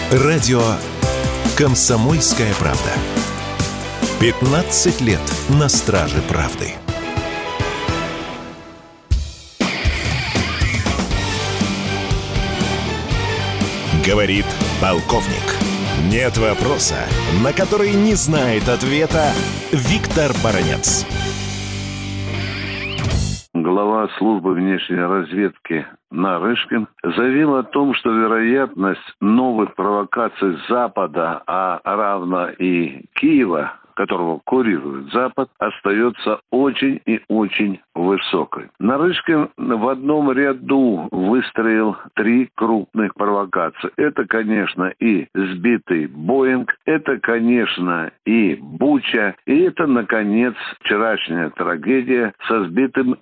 Радио «Комсомольская правда». 15 лет на страже правды. Говорит полковник. Нет вопроса, на который не знает ответа Виктор Баранец. Глава службы внешней разведки Нарышкин заявил о том, что вероятность новых провокаций Запада, а равно и Киева, которого курирует Запад, остается очень и очень высокой. Нарышкин в одном ряду выстроил 3 крупных провокации. Это, конечно, и сбитый Боинг, это, конечно, и Буча, и это, наконец, вчерашняя трагедия со сбитым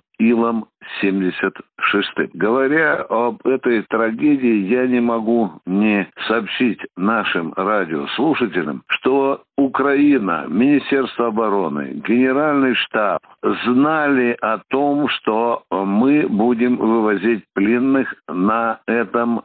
Ил-76. Говоря об этой трагедии, я не могу не сообщить нашим радиослушателям, что Украина, Министерство обороны, Генеральный штаб знали о том, что мы будем вывозить пленных на этом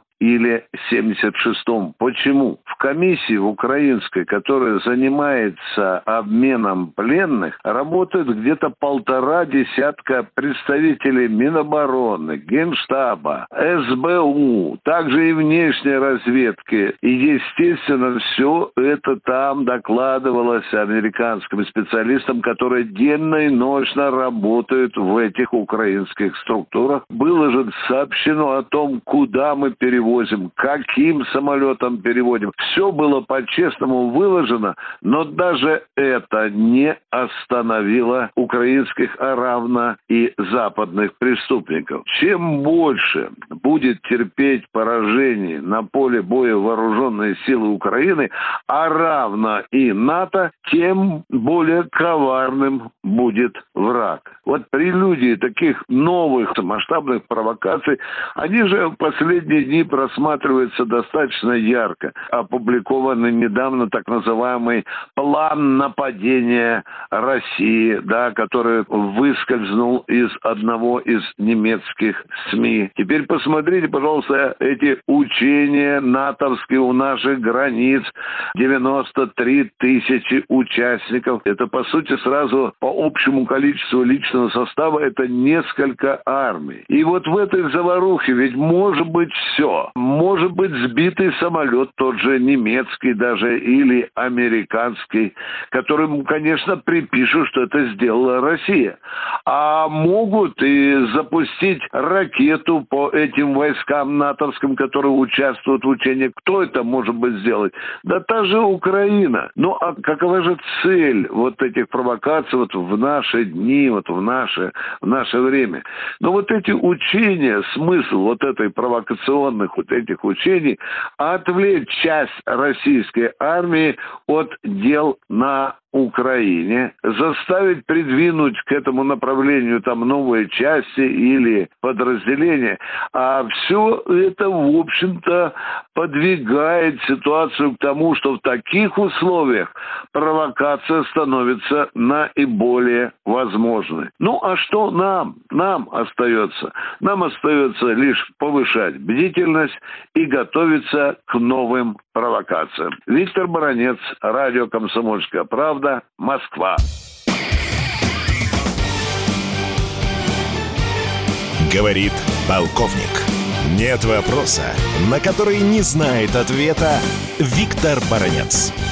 Иле-76. Почему? В комиссии украинской, которая занимается обменом пленных, работает где-то 1,5 десятка представителей Минобороны, Генштаба, СБУ, также и внешней разведки. И, естественно, все это там докладывалось американским специалистам, которые денно и ночно работают в этих украинских структурах. Было же сообщено о том, куда мы перевозим, каким самолетом переводим. Все было по-честному выложено, но даже это не остановило украинских, а равно и западных преступников. Чем больше будет терпеть поражений на поле боя вооруженные силы Украины, а равно и НАТО, тем более коварным будет враг. Вот прелюдии таких новых масштабных провокаций, они же в последние дни просматриваются достаточно ярко. Опубликованный недавно так называемый план нападения России, да, который выскользнул из одного из немецких СМИ. Теперь посмотрите, пожалуйста, эти учения натовские у наших границ. 93 тысячи участников. Это, по сути, сразу по общему количеству личного состава это несколько армий. И вот в этой заварухе ведь может быть все. Может быть сбитый самолет, тот же немецкий даже, или американский, которым, конечно, припишут, что это сделала Россия. А могут и запустить ракету по этим войскам натовским, которые участвуют в учениях. Кто это может быть сделать? Да та же Украина. Ну, а какова же цель вот этих провокаций вот в наши дни, вот в наше время? Но вот эти учения, смысл вот этой провокационных вот этих учений отвлечь часть российской армии от дел на Украине, заставить придвинуть к этому направлению там новые части или подразделения. А все это, в общем-то, подвигает ситуацию к тому, что в таких условиях провокация становится наиболее возможной. Ну, а что нам? Нам остается? Нам остается лишь повышать бдительность и готовиться к новым провокациям. Виктор Баранец, радио «Комсомольская правда», Москва. Говорит полковник. Нет вопроса, на который не знает ответа Виктор Баранец.